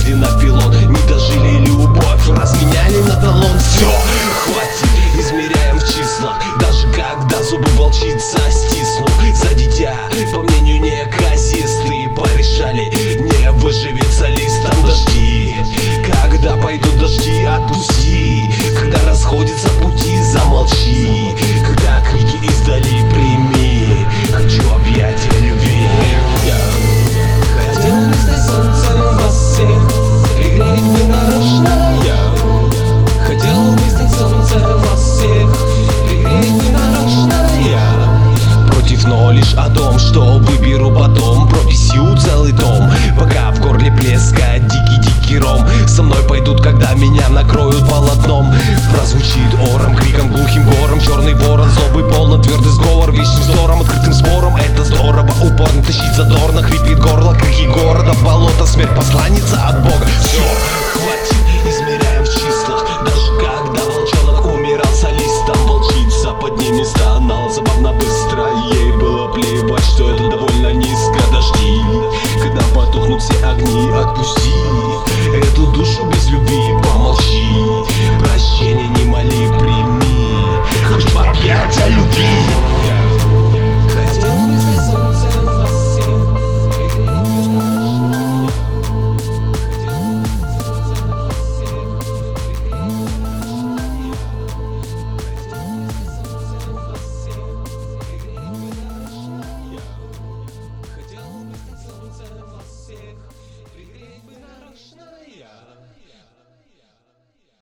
сели на пилон, не дожили любовь, разменяли на талон. Все, хватит, измеряем в числах, даже когда зубы волчица стиснут. За дитя, по мнению неказистые, порешали, не выживет солистом. Дожди, когда пойдут дожди, отпусти. Когда расходятся пути, замолчи. Когда крики издали, прими. Хочу объятия любви. Хотел бы стать солнцем вас всех, пригреть бы нарочно я. Хотел бы стать солнцем вас всех, пригреть бы нарочно я. Против, но лишь о том, что выберу потом. Прописью целый том, пока в горле плескает дикий ром. Со мной пойдут, когда меня накроют полотном. Прозвучит ором